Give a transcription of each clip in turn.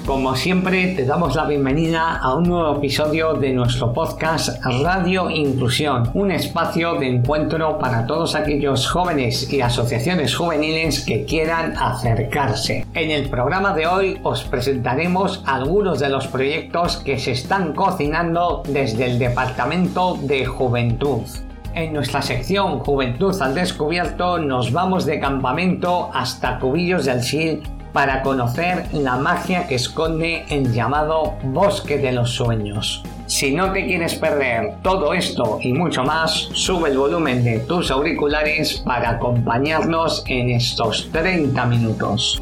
Como siempre, te damos la bienvenida a un nuevo episodio de nuestro podcast Radio Inclusión, un espacio de encuentro para todos aquellos jóvenes y asociaciones juveniles que quieran acercarse. En el programa de hoy os presentaremos algunos de los proyectos que se están cocinando desde el Departamento de Juventud. En nuestra sección Juventud al Descubierto nos vamos de campamento hasta Cubillos del Sil para conocer la magia que esconde el llamado Bosque de los Sueños. Si no te quieres perder todo esto y mucho más, sube el volumen de tus auriculares para acompañarnos en estos 30 minutos.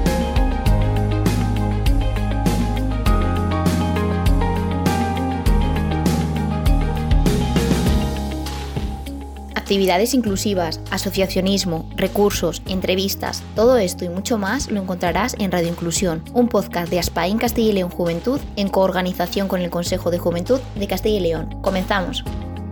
Actividades inclusivas, asociacionismo, recursos, entrevistas, todo esto y mucho más lo encontrarás en Radio Inclusión, un podcast de Aspaín Castilla y León Juventud en coorganización con el Consejo de Juventud de Castilla y León. ¡Comenzamos!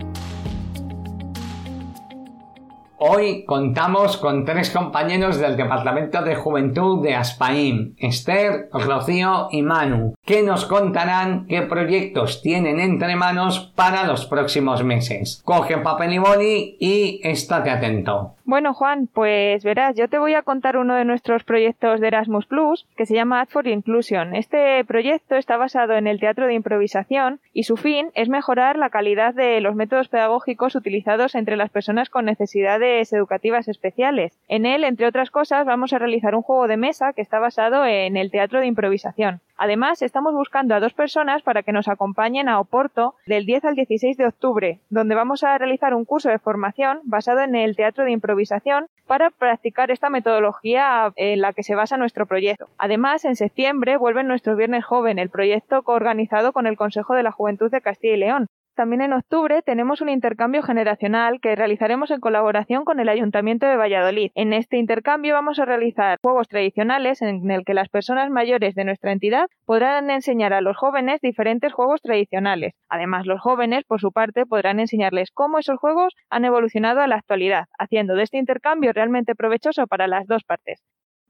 Hoy contamos con 3 compañeros del Departamento de Juventud de Aspaín, Esther, Rocío y Manu, que nos contarán qué proyectos tienen entre manos para los próximos meses. Coge papel y boli y estate atento. Bueno, Juan, pues verás, yo te voy a contar uno de nuestros proyectos de Erasmus+, que se llama Add for Inclusion. Este proyecto está basado en el teatro de improvisación y su fin es mejorar la calidad de los métodos pedagógicos utilizados entre las personas con necesidades educativas especiales. En él, entre otras cosas, vamos a realizar un juego de mesa que está basado en el teatro de improvisación. Además, estamos buscando a 2 personas para que nos acompañen a Oporto del 10 al 16 de octubre, donde vamos a realizar un curso de formación basado en el teatro de improvisación para practicar esta metodología en la que se basa nuestro proyecto. Además, en septiembre vuelve nuestro Viernes Joven, el proyecto coorganizado con el Consejo de la Juventud de Castilla y León. También en octubre tenemos un intercambio generacional que realizaremos en colaboración con el Ayuntamiento de Valladolid. En este intercambio vamos a realizar juegos tradicionales en el que las personas mayores de nuestra entidad podrán enseñar a los jóvenes diferentes juegos tradicionales. Además, los jóvenes, por su parte, podrán enseñarles cómo esos juegos han evolucionado a la actualidad, haciendo de este intercambio realmente provechoso para las 2 partes.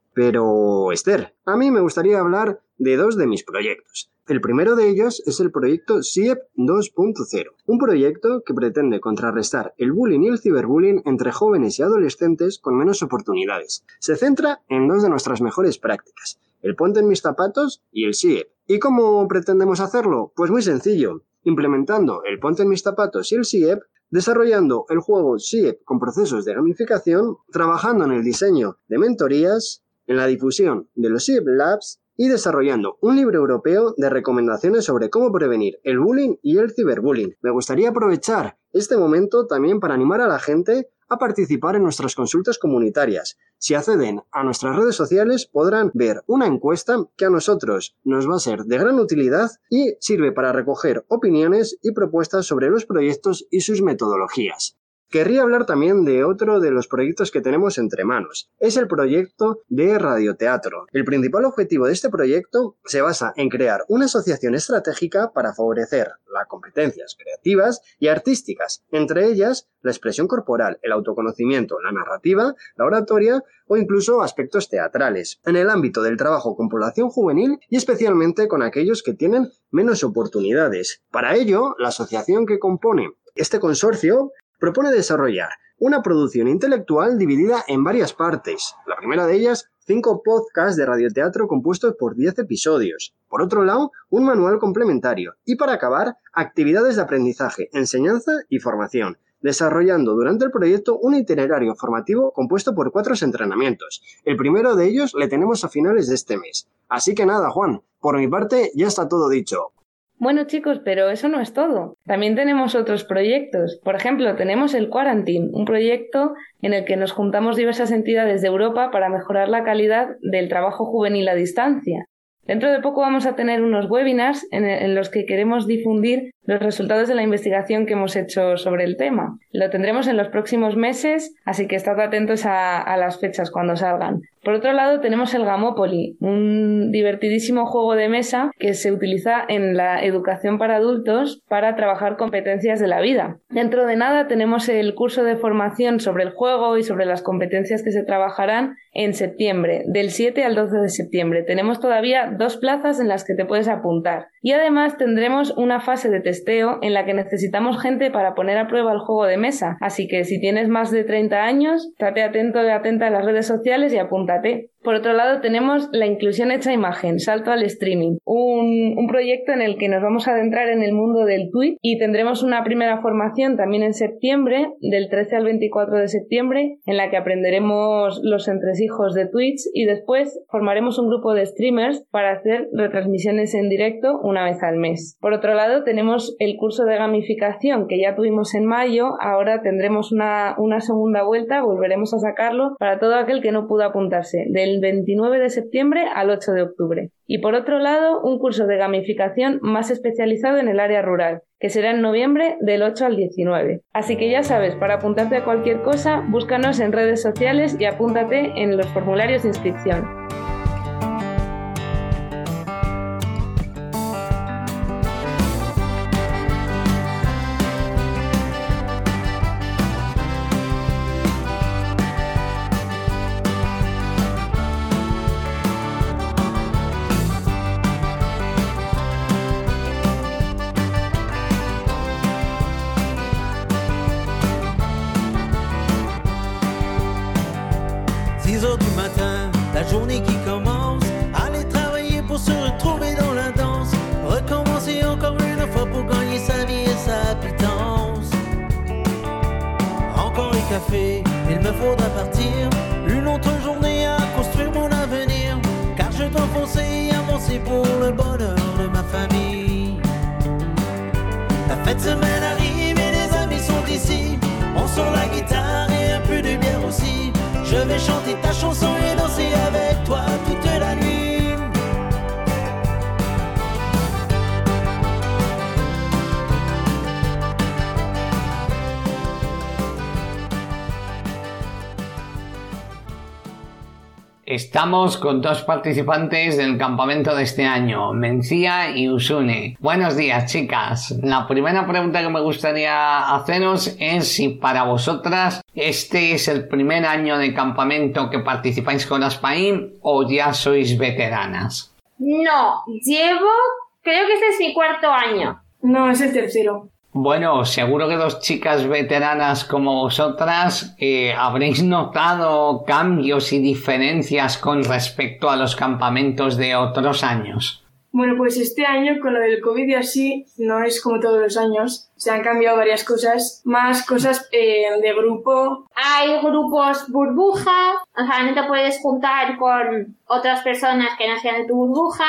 Pero, Esther, a mí me gustaría hablar de 2 de mis proyectos. El primero de ellos es el proyecto SIEP 2.0, un proyecto que pretende contrarrestar el bullying y el ciberbullying entre jóvenes y adolescentes con menos oportunidades. Se centra en 2 de nuestras mejores prácticas, el Ponte en mis zapatos y el SIEP. ¿Y cómo pretendemos hacerlo? Pues muy sencillo, implementando el Ponte en mis zapatos y el SIEP, desarrollando el juego SIEP con procesos de gamificación, trabajando en el diseño de mentorías, en la difusión de los SIEP Labs y desarrollando un libro europeo de recomendaciones sobre cómo prevenir el bullying y el ciberbullying. Me gustaría aprovechar este momento también para animar a la gente a participar en nuestras consultas comunitarias. Si acceden a nuestras redes sociales podrán ver una encuesta que a nosotros nos va a ser de gran utilidad y sirve para recoger opiniones y propuestas sobre los proyectos y sus metodologías. Querría hablar también de otro de los proyectos que tenemos entre manos. Es el proyecto de radioteatro. El principal objetivo de este proyecto se basa en crear una asociación estratégica para favorecer las competencias creativas y artísticas, entre ellas la expresión corporal, el autoconocimiento, la narrativa, la oratoria o incluso aspectos teatrales, en el ámbito del trabajo con población juvenil y especialmente con aquellos que tienen menos oportunidades. Para ello, la asociación que compone este consorcio propone desarrollar una producción intelectual dividida en varias partes. La primera de ellas, 5 podcasts de radioteatro compuestos por 10 episodios. Por otro lado, un manual complementario. Y para acabar, actividades de aprendizaje, enseñanza y formación, desarrollando durante el proyecto un itinerario formativo compuesto por 4 entrenamientos. El primero de ellos le tenemos a finales de este mes. Así que nada, Juan, por mi parte ya está todo dicho. Bueno, chicos, pero eso no es todo. También tenemos otros proyectos. Por ejemplo, tenemos el Quarantine, un proyecto en el que nos juntamos diversas entidades de Europa para mejorar la calidad del trabajo juvenil a distancia. Dentro de poco vamos a tener unos webinars en los que queremos difundir los resultados de la investigación que hemos hecho sobre el tema. Lo tendremos en los próximos meses, así que estad atentos a las fechas cuando salgan. Por otro lado, tenemos el Gamopoly, un divertidísimo juego de mesa que se utiliza en la educación para adultos para trabajar competencias de la vida. Dentro de nada tenemos el curso de formación sobre el juego y sobre las competencias que se trabajarán en septiembre, del 7 al 12 de septiembre. Tenemos todavía 2 plazas en las que te puedes apuntar. Y además tendremos una fase de testeo en la que necesitamos gente para poner a prueba el juego de mesa. Así que si tienes más de 30 años, estate atento y atenta a las redes sociales y apúntate. Por otro lado, tenemos la inclusión hecha imagen, salto al streaming, un proyecto en el que nos vamos a adentrar en el mundo del tweet y tendremos una primera formación también en septiembre, del 13 al 24 de septiembre, en la que aprenderemos los entresijos de Twitch y después formaremos un grupo de streamers para hacer retransmisiones en directo una vez al mes. Por otro lado, tenemos el curso de gamificación que ya tuvimos en mayo, ahora tendremos una segunda vuelta, volveremos a sacarlo para todo aquel que no pudo apuntarse, del 29 de septiembre al 8 de octubre. Y por otro lado, un curso de gamificación más especializado en el área rural, que será en noviembre del 8 al 19. Así que ya sabes, para apuntarte a cualquier cosa, búscanos en redes sociales y apúntate en los formularios de inscripción. La journée qui commence, aller travailler pour se retrouver dans la danse, recommencer encore une fois pour gagner sa vie et sa pitance. Encore un café, il me faudra partir, une autre journée à construire mon avenir, car je dois foncer et avancer pour le bonheur de ma famille. La fin de semaine arrive et les amis sont ici, on sort la guitare et un peu de bière aussi. Je vais chanter ta chanson et danser avec toi toute la nuit. Estamos con 2 participantes del campamento de este año, Mencía y Usune. Buenos días, chicas. La primera pregunta que me gustaría haceros es si para vosotras este es el primer año de campamento que participáis con Aspain o ya sois veteranas. No, creo que este es mi 4º año. No, es el 3º. Bueno, seguro que 2 chicas veteranas como vosotras habréis notado cambios y diferencias con respecto a los campamentos de otros años. Bueno, pues este año con lo del COVID y así no es como todos los años. Se han cambiado varias cosas, más cosas de grupo. Hay grupos burbuja, o sea, no te puedes juntar con otras personas que no sean de tu burbuja.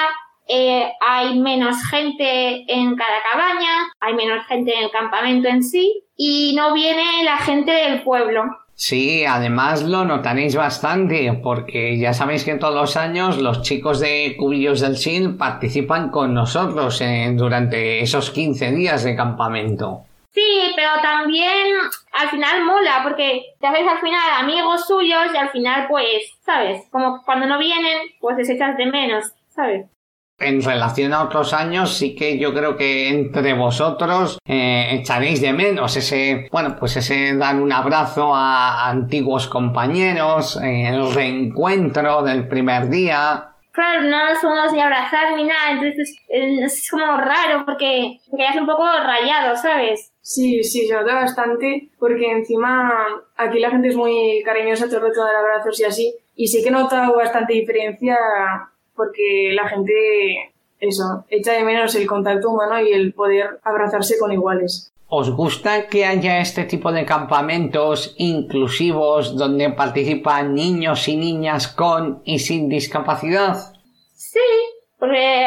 Hay menos gente en cada cabaña, hay menos gente en el campamento en sí y no viene la gente del pueblo. Sí, además lo notaréis bastante porque ya sabéis que todos los años los chicos de Cubillos del Sil participan con nosotros durante esos 15 días de campamento. Sí, pero también al final mola porque te haces al final amigos suyos y al final pues, ¿sabes? Como cuando no vienen pues les echas de menos, ¿sabes? En relación a otros años, sí que yo creo que entre vosotros echaréis de menos ese dar un abrazo a antiguos compañeros, el reencuentro del primer día. Claro, no nos podemos ni abrazar ni nada, entonces es como raro porque es un poco rayado, ¿sabes? Sí, se nota bastante porque encima aquí la gente es muy cariñosa, todo el rato de abrazos y así, y sí que he notado bastante diferencia porque la gente, echa de menos el contacto humano y el poder abrazarse con iguales. ¿Os gusta que haya este tipo de campamentos inclusivos donde participan niños y niñas con y sin discapacidad? Sí, porque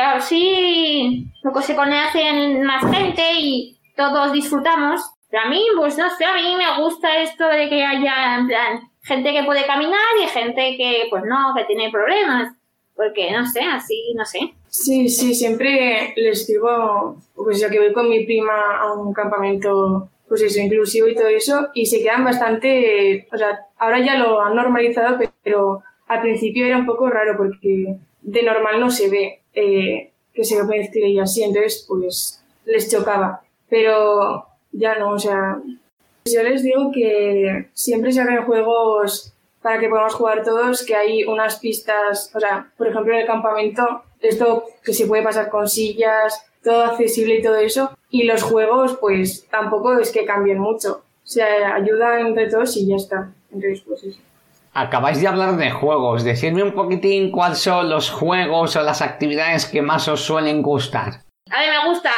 así se conocen más gente y todos disfrutamos. Pero a mí, pues no sé, a mí me gusta esto de que haya, en plan, gente que puede caminar y gente que, pues no, que tiene problemas. porque no sé, así, no sé. Sí, siempre les digo, pues ya que voy con mi prima a un campamento, pues eso, inclusivo y todo eso, y se quedan bastante, o sea, ahora ya lo han normalizado, pero al principio era un poco raro porque de normal no se ve que se mezcle y así, entonces pues les chocaba, pero ya no, o sea, yo les digo que siempre se hacen juegos para que podamos jugar todos, que hay unas pistas, o sea, por ejemplo en el campamento, esto que se puede pasar con sillas, todo accesible y todo eso, y los juegos pues tampoco es que cambien mucho, o sea, ayudan entre todos y ya está, entonces pues eso. Acabáis de hablar de juegos, decidme un poquitín cuáles son los juegos o las actividades que más os suelen gustar. A mí me gusta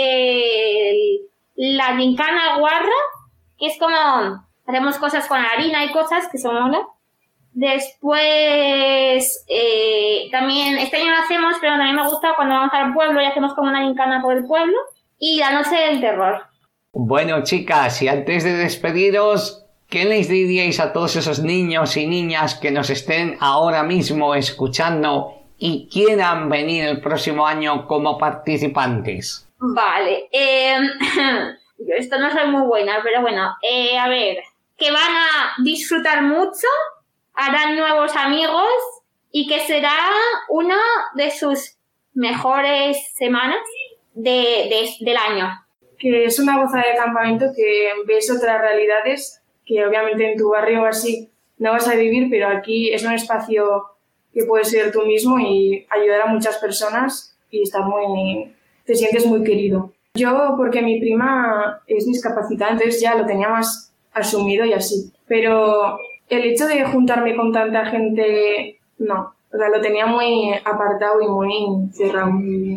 la gincana guarra, que es como hacemos cosas con harina y cosas que son mola. Después también este año lo hacemos, pero también me gusta cuando vamos al pueblo y hacemos como una gincana por el pueblo. Y la noche del terror. Bueno, chicas, y antes de despediros, ¿qué les diríais a todos esos niños y niñas que nos estén ahora mismo escuchando y quieran venir el próximo año como participantes? Vale, yo esto no soy muy buena, pero bueno, a ver, que van a disfrutar mucho, harán nuevos amigos y que será una de sus mejores semanas del año. Que es una gozada de campamento, que ves otras realidades que obviamente en tu barrio así no vas a vivir, pero aquí es un espacio que puedes ser tú mismo y ayudar a muchas personas y te sientes muy querido. Yo, porque mi prima es discapacitada, entonces ya lo tenía más asumido y así. Pero el hecho de juntarme con tanta gente, no. O sea, lo tenía muy apartado y muy cerrado.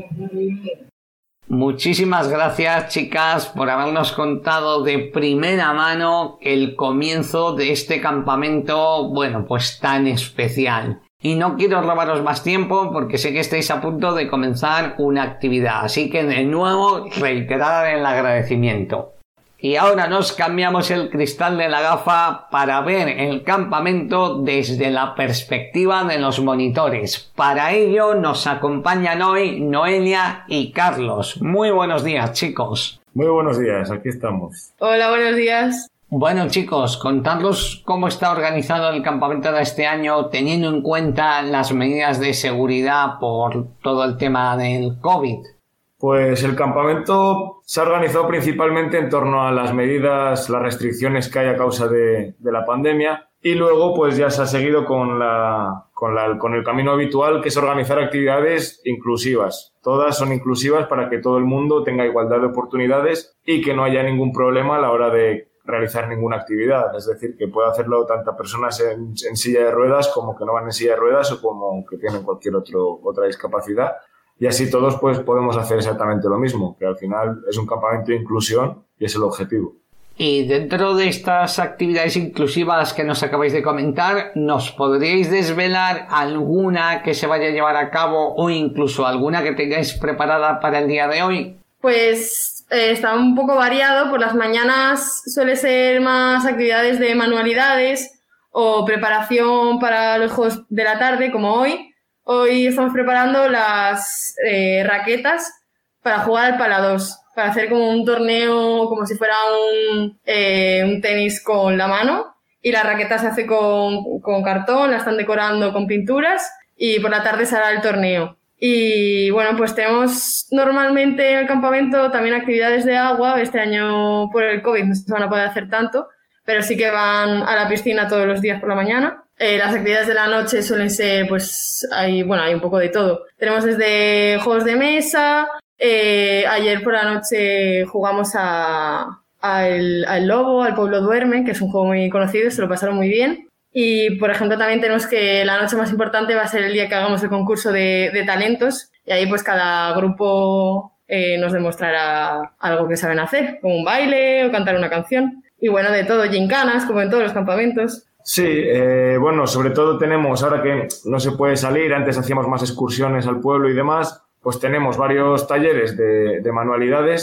Muchísimas gracias, chicas, por habernos contado de primera mano el comienzo de este campamento, bueno, pues tan especial. Y no quiero robaros más tiempo porque sé que estáis a punto de comenzar una actividad, así que de nuevo reiterar el agradecimiento. Y ahora nos cambiamos el cristal de la gafa para ver el campamento desde la perspectiva de los monitores. Para ello nos acompañan hoy Noelia y Carlos. Muy buenos días, chicos. Muy buenos días, aquí estamos. Hola, buenos días. Bueno, chicos, contadnos cómo está organizado el campamento de este año teniendo en cuenta las medidas de seguridad por todo el tema del COVID. Pues el campamento se ha organizado principalmente en torno a las medidas, las restricciones que hay a causa de la pandemia, y luego pues ya se ha seguido con el camino habitual, que es organizar actividades inclusivas. Todas son inclusivas para que todo el mundo tenga igualdad de oportunidades y que no haya ningún problema a la hora de realizar ninguna actividad, es decir, que pueda hacerlo tanto personas en silla de ruedas como que no van en silla de ruedas o como que tienen cualquier otra discapacidad. Y así todos pues podemos hacer exactamente lo mismo, que al final es un campamento de inclusión y es el objetivo. Y dentro de estas actividades inclusivas que nos acabáis de comentar, ¿nos podríais desvelar alguna que se vaya a llevar a cabo o incluso alguna que tengáis preparada para el día de hoy? Pues está un poco variado. Por las mañanas suele ser más actividades de manualidades o preparación para los juegos de la tarde, como hoy. Hoy estamos preparando las raquetas para jugar al pala 2, para hacer como un torneo, como si fuera un tenis con la mano. Y la raqueta se hace con cartón, la están decorando con pinturas y por la tarde se hará el torneo. Y bueno, pues tenemos normalmente en el campamento también actividades de agua. Este año por el COVID no se van a poder hacer tanto, pero sí que van a la piscina todos los días por la mañana. Las actividades de la noche suelen ser, pues, hay un poco de todo. Tenemos desde juegos de mesa, ayer por la noche jugamos al Lobo, al Pueblo Duerme, que es un juego muy conocido, se lo pasaron muy bien. Y, por ejemplo, también tenemos que la noche más importante va a ser el día que hagamos el concurso de talentos, y ahí pues cada grupo nos demostrará algo que saben hacer, como un baile o cantar una canción. Y bueno, de todo, gincanas, como en todos los campamentos. Sí, bueno, sobre todo tenemos, ahora que no se puede salir, antes hacíamos más excursiones al pueblo y demás, pues tenemos varios talleres de manualidades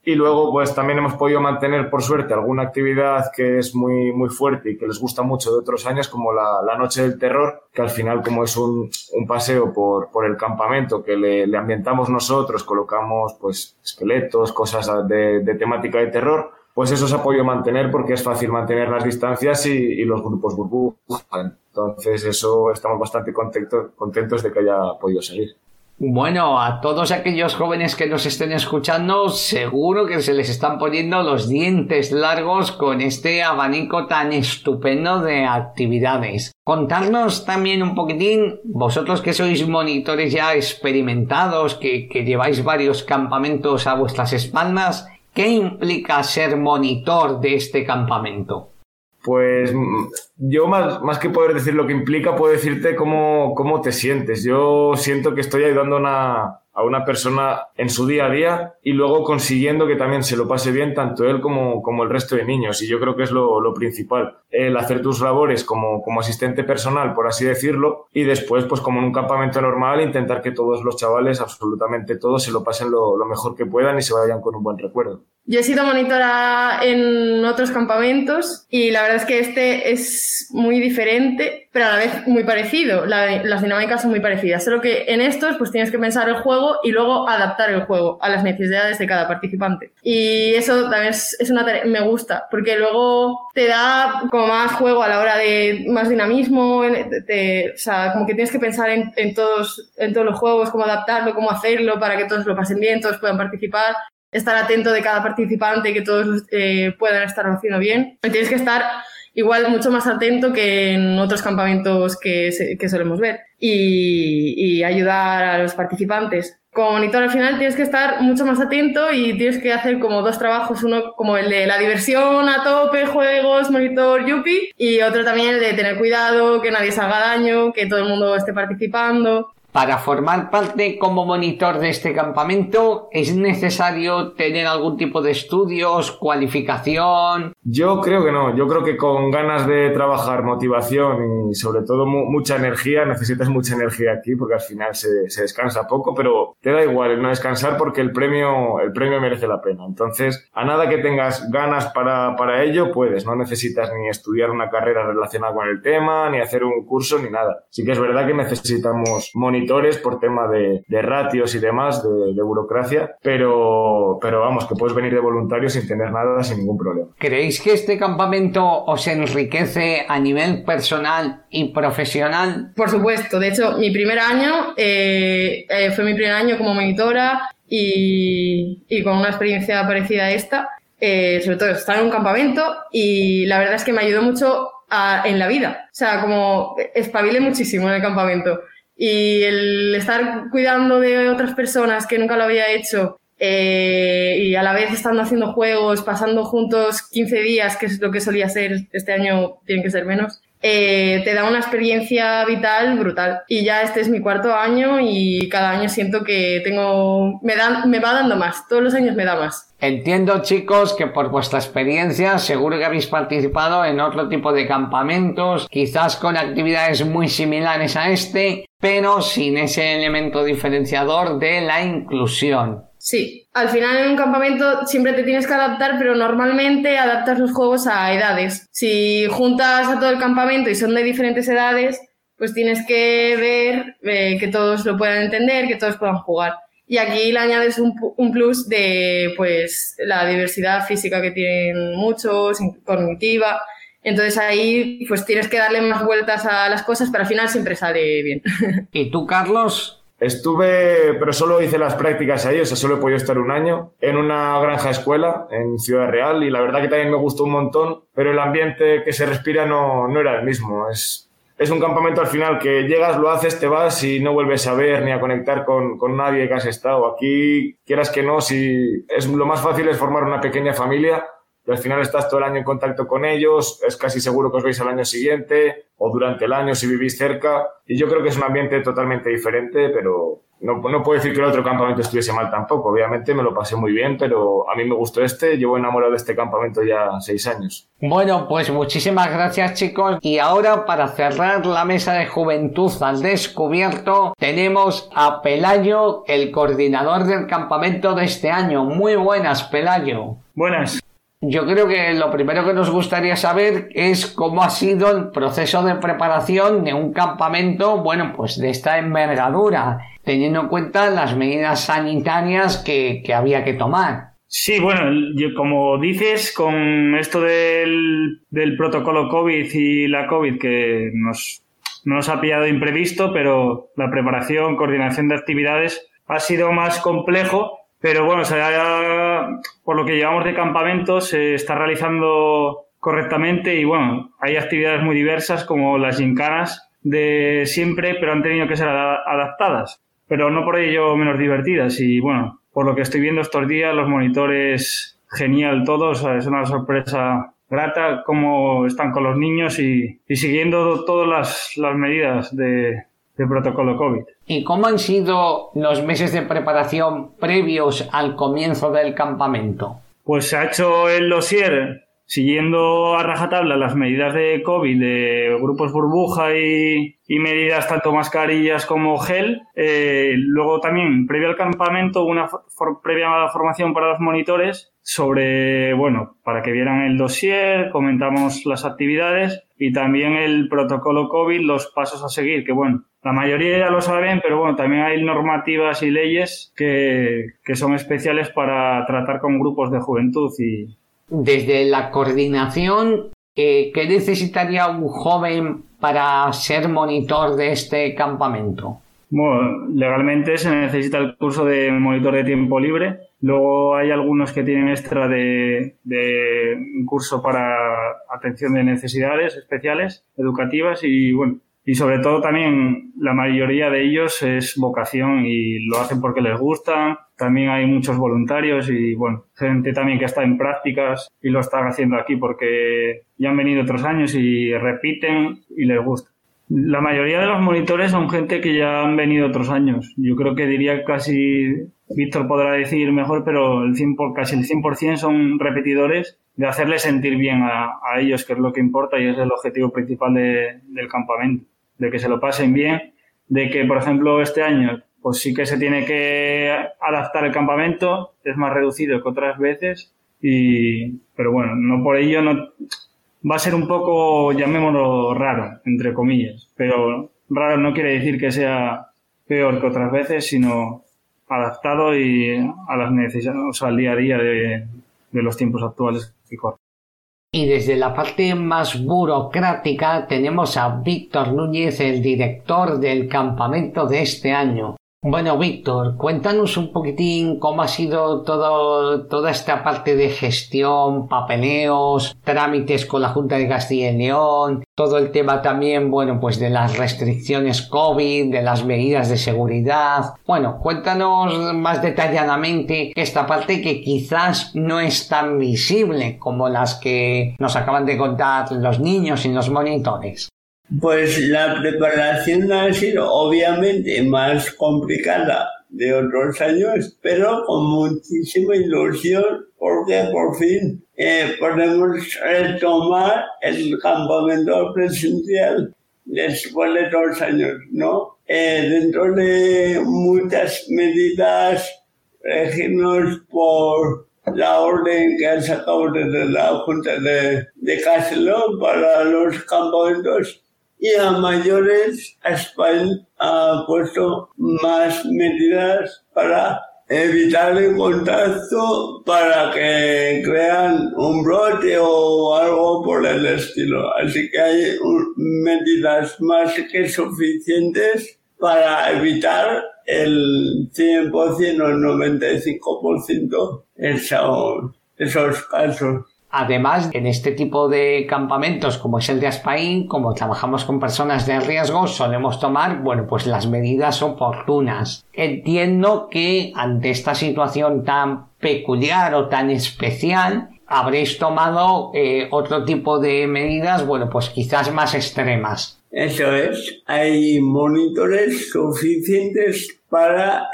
Y luego pues también hemos podido mantener por suerte alguna actividad que es muy, muy fuerte y que les gusta mucho de otros años, como la Noche del Terror, que al final como es un paseo por el campamento que le ambientamos nosotros, colocamos pues esqueletos, cosas de temática de terror, pues eso se ha podido mantener porque es fácil mantener las distancias y los grupos burbuja. Entonces eso estamos bastante contentos de que haya podido seguir. Bueno, a todos aquellos jóvenes que nos estén escuchando, seguro que se les están poniendo los dientes largos con este abanico tan estupendo de actividades. Contarnos también un poquitín, vosotros que sois monitores ya experimentados, que lleváis varios campamentos a vuestras espaldas, ¿qué implica ser monitor de este campamento? Pues yo más que poder decir lo que implica, puedo decirte cómo te sientes. Yo siento que estoy ayudando a una persona en su día a día y luego consiguiendo que también se lo pase bien tanto él como el resto de niños. Y yo creo que es lo principal. El hacer tus labores como asistente personal, por así decirlo, y después, pues como en un campamento normal, intentar que todos los chavales, absolutamente todos, se lo pasen lo mejor que puedan y se vayan con un buen recuerdo. Yo he sido monitora en otros campamentos y la verdad es que este es muy diferente, pero a la vez muy parecido. Las dinámicas son muy parecidas, solo que en estos pues tienes que pensar el juego y luego adaptar el juego a las necesidades de cada participante. Y eso también es una tarea, me gusta, porque luego te da como más juego a la hora de más dinamismo, o sea, como que tienes que pensar en todos los juegos, cómo adaptarlo, cómo hacerlo para que todos lo pasen bien, todos puedan participar. Estar atento de cada participante, que todos puedan estar haciendo bien. Y tienes que estar igual mucho más atento que en otros campamentos que solemos ver y ayudar a los participantes. Como monitor al final tienes que estar mucho más atento y tienes que hacer como dos trabajos, uno como el de la diversión a tope, juegos, monitor, yuppie, y otro también el de tener cuidado, que nadie se haga daño, que todo el mundo esté participando. Para formar parte como monitor de este campamento, ¿es necesario tener algún tipo de estudios, cualificación? Yo creo que no. Yo creo que con ganas de trabajar, motivación y sobre todo mucha energía, necesitas mucha energía aquí porque al final se descansa poco, pero te da igual el no descansar porque el premio merece la pena. Entonces, a nada que tengas ganas para ello, puedes. No necesitas ni estudiar una carrera relacionada con el tema, ni hacer un curso, ni nada. Sí que es verdad que necesitamos monitores por tema de ratios y demás, de burocracia, pero vamos, que puedes venir de voluntario sin tener nada, sin ningún problema. ¿Creéis que este campamento os enriquece a nivel personal y profesional? Por supuesto, de hecho, mi primer año fue mi primer año como monitora y con una experiencia parecida a esta, sobre todo estar en un campamento, y la verdad es que me ayudó mucho en la vida, o sea, como espabilé muchísimo en el campamento. Y el estar cuidando de otras personas que nunca lo había hecho y a la vez estando haciendo juegos, pasando juntos 15 días, que es lo que solía ser, este año tienen que ser menos, te da una experiencia vital brutal. Y ya este es mi 4º año y cada año siento que me va dando más, todos los años me da más. Entiendo, chicos, que por vuestra experiencia seguro que habéis participado en otro tipo de campamentos, quizás con actividades muy similares a este, pero sin ese elemento diferenciador de la inclusión. Sí, al final en un campamento siempre te tienes que adaptar, pero normalmente adaptas los juegos a edades. Si juntas a todo el campamento y son de diferentes edades, pues tienes que ver que todos lo puedan entender, que todos puedan jugar. Y aquí le añades un plus de pues la diversidad física que tienen muchos, cognitiva. Entonces ahí pues tienes que darle más vueltas a las cosas, pero al final siempre sale bien. ¿Y tú, Carlos? Estuve, pero solo hice las prácticas ahí, o sea, solo he podido estar un año en una granja escuela en Ciudad Real y la verdad que también me gustó un montón, pero el ambiente que se respira no era el mismo. Es un campamento al final que llegas, lo haces, te vas y no vuelves a ver ni a conectar con nadie que has estado. Aquí, quieras que no, lo más fácil es formar una pequeña familia y al final estás todo el año en contacto con ellos, es casi seguro que os veis al año siguiente o durante el año si vivís cerca, y yo creo que es un ambiente totalmente diferente, pero no puedo decir que el otro campamento estuviese mal tampoco. Obviamente me lo pasé muy bien, pero a mí me gustó llevo enamorado de este campamento ya 6 años. Bueno, pues muchísimas gracias, chicos. Y ahora, para cerrar la mesa de Juventud al Descubierto, tenemos a Pelayo, el coordinador del campamento de este año. Muy buenas, Pelayo. Buenas. Yo creo que lo primero que nos gustaría saber es cómo ha sido el proceso de preparación de un campamento, bueno, pues de esta envergadura, teniendo en cuenta las medidas sanitarias que había que tomar. Sí, bueno, como dices, con esto del protocolo COVID y la COVID que nos ha pillado de imprevisto, pero la preparación, coordinación de actividades ha sido más complejo. Pero bueno, por lo que llevamos de campamento se está realizando correctamente y bueno, hay actividades muy diversas como las gincanas de siempre, pero han tenido que ser adaptadas, pero no por ello menos divertidas. Y bueno, por lo que estoy viendo estos días, los monitores, genial todos, es una sorpresa grata cómo están con los niños y siguiendo todas las medidas de protocolo COVID. ¿Y cómo han sido los meses de preparación previos al comienzo del campamento? Pues se ha hecho el dossier siguiendo a rajatabla las medidas de COVID, de grupos burbuja y medidas tanto mascarillas como gel. Luego también, previo al campamento, una previa formación para los monitores sobre, bueno, para que vieran el dossier, comentamos las actividades y también el protocolo COVID, los pasos a seguir, que bueno, la mayoría ya lo saben, pero bueno, también hay normativas y leyes que son especiales para tratar con grupos de juventud. Y desde la coordinación, ¿qué necesitaría un joven para ser monitor de este campamento? Bueno, legalmente se necesita el curso de monitor de tiempo libre. Luego hay algunos que tienen extra de un curso para atención de necesidades especiales, educativas y bueno, y sobre todo también la mayoría de ellos es vocación y lo hacen porque les gusta. También hay muchos voluntarios y bueno, gente también que está en prácticas y lo están haciendo aquí porque ya han venido otros años y repiten y les gusta. La mayoría de los monitores son gente que ya han venido otros años. Yo creo que diría casi, Víctor podrá decir mejor, pero casi el 100% son repetidores, de hacerles sentir bien a ellos, que es lo que importa y es el objetivo principal del campamento. De que se lo pasen bien, de que, por ejemplo, este año, pues sí que se tiene que adaptar el campamento, es más reducido que otras veces, pero bueno, no por ello no va a ser un poco, llamémoslo raro, entre comillas, pero raro no quiere decir que sea peor que otras veces, sino adaptado y a las necesidades, o sea, al día a día de los tiempos actuales que corren. Y desde la parte más burocrática tenemos a Víctor Núñez, el director del campamento de este año. Bueno, Víctor, cuéntanos un poquitín cómo ha sido toda esta parte de gestión, papeleos, trámites con la Junta de Castilla y León, todo el tema también, bueno, pues de las restricciones COVID, de las medidas de seguridad. Bueno, cuéntanos más detalladamente esta parte que quizás no es tan visible como las que nos acaban de contar los niños y los monitores. Pues la preparación ha sido obviamente más complicada de otros años, pero con muchísima ilusión porque por fin podemos retomar el campamento presencial después de 2 años, ¿no? Dentro de muchas medidas regidos por la orden que ha sacado desde la Junta de Castellón para los campamentos, y a mayores España ha puesto más medidas para evitar el contacto, para que crean un brote o algo por el estilo. Así que hay medidas más que suficientes para evitar el 100% o el 95% esos casos. Además, en este tipo de campamentos, como es el de Aspaín, como trabajamos con personas de riesgo, solemos tomar, bueno, pues las medidas oportunas. Entiendo que ante esta situación tan peculiar o tan especial, habréis tomado otro tipo de medidas, bueno, pues quizás más extremas. Eso es, hay monitores suficientes para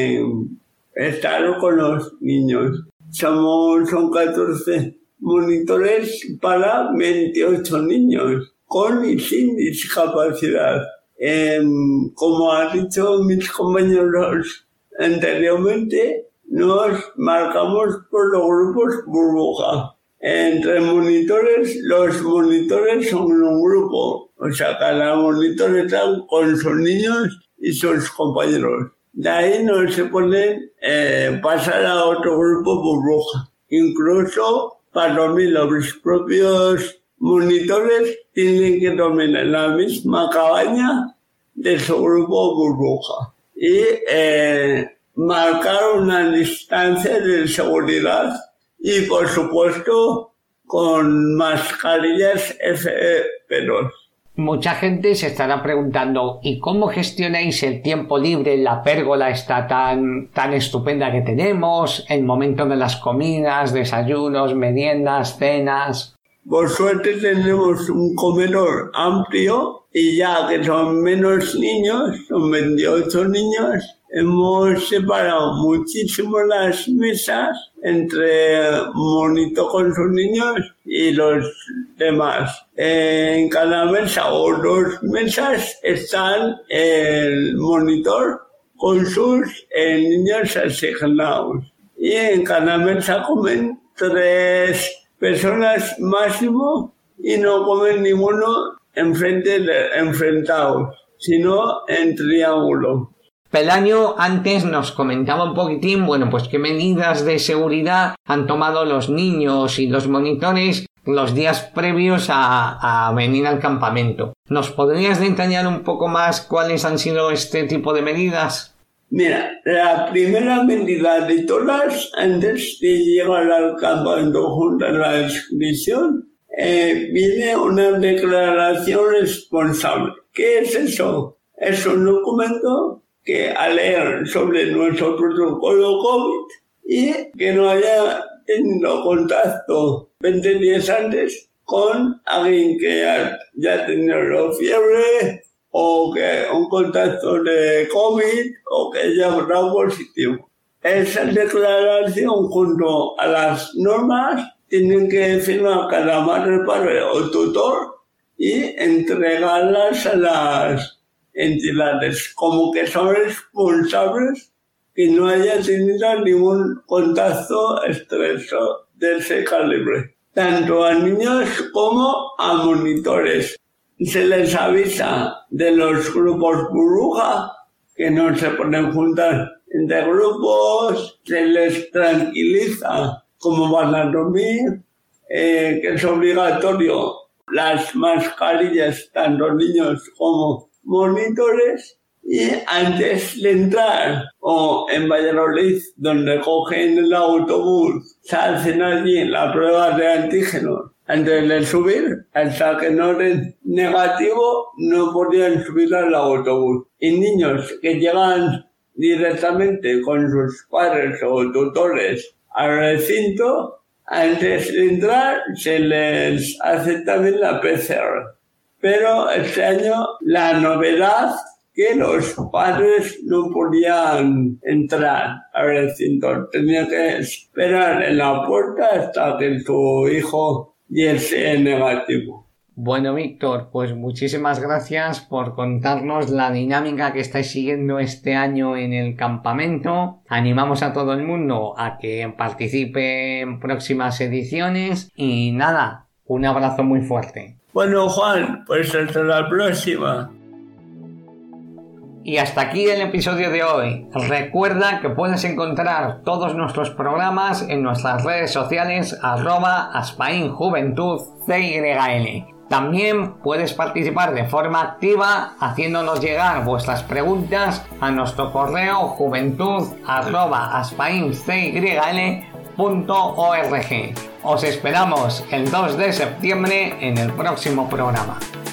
estar con los niños. Son 14 monitores para 28 niños, con y sin discapacidad. Como han dicho mis compañeros anteriormente, nos marcamos por los grupos burbuja. Entre monitores, los monitores son un grupo, o sea, cada monitor está con sus niños y sus compañeros. De ahí no se pueden pasar a otro grupo burbuja. Incluso para dormir los propios monitores tienen que dormir en la misma cabaña de su grupo burbuja y marcar una distancia de seguridad y, por supuesto, con mascarillas FFP2. Mucha gente se estará preguntando, ¿y cómo gestionáis el tiempo libre en la pérgola esta tan estupenda que tenemos, el momento de las comidas, desayunos, meriendas, cenas? Por suerte tenemos un comedor amplio y ya que son menos niños, son 28 niños, hemos separado muchísimo las mesas entre monitor con sus niños y los demás. En cada mesa o 2 mesas están el monitor con sus niños asignados. Y en cada mesa comen 3 personas máximo y no comen ninguno enfrentados, sino en triángulo. Pelagio antes nos comentaba un poquitín, pues qué medidas de seguridad han tomado los niños y los monitores los días previos a venir al campamento. ¿Nos podrías detallar un poco más cuáles han sido este tipo de medidas? Mira, la primera medida de todas, antes de llegar al campamento junto a la inscripción, viene una declaración responsable. ¿Qué es eso? Es un documento que al leer sobre nuestro protocolo COVID y que no haya tenido contacto 20 días antes con alguien que ya tenido fiebre o que un contacto de COVID o que haya dado positivo. Esa declaración junto a las normas tienen que firmar cada madre, padre o tutor y entregarlas a las entidades como que son responsables que no haya tenido ningún contacto estrecho de ese calibre, tanto a niños como a monitores. Se les avisa de los grupos burbuja que no se pueden juntar entre grupos, se les tranquiliza cómo van a dormir, que es obligatorio las mascarillas tanto niños como monitores, y antes de entrar o en Valladolid donde cogen el autobús se hacen allí la prueba de antígenos antes de subir, hasta que no den negativo no podían subir al autobús. Y niños que llegan directamente con sus padres o tutores al recinto, antes de entrar se les hace también la PCR. Pero este año la novedad que los padres no podían entrar al recinto, tenían que esperar en la puerta hasta que su hijo diese negativo. Bueno, Víctor, pues muchísimas gracias por contarnos la dinámica que estáis siguiendo este año en el campamento. Animamos a todo el mundo a que participe en próximas ediciones y nada, un abrazo muy fuerte. Bueno, Juan, pues hasta la próxima. Y hasta aquí el episodio de hoy. Recuerda que puedes encontrar todos nuestros programas en nuestras redes sociales @aspainjuventud_CYL. También puedes participar de forma activa haciéndonos llegar vuestras preguntas a nuestro correo juventud@aspaincyl.org. Os esperamos el 2 de septiembre en el próximo programa.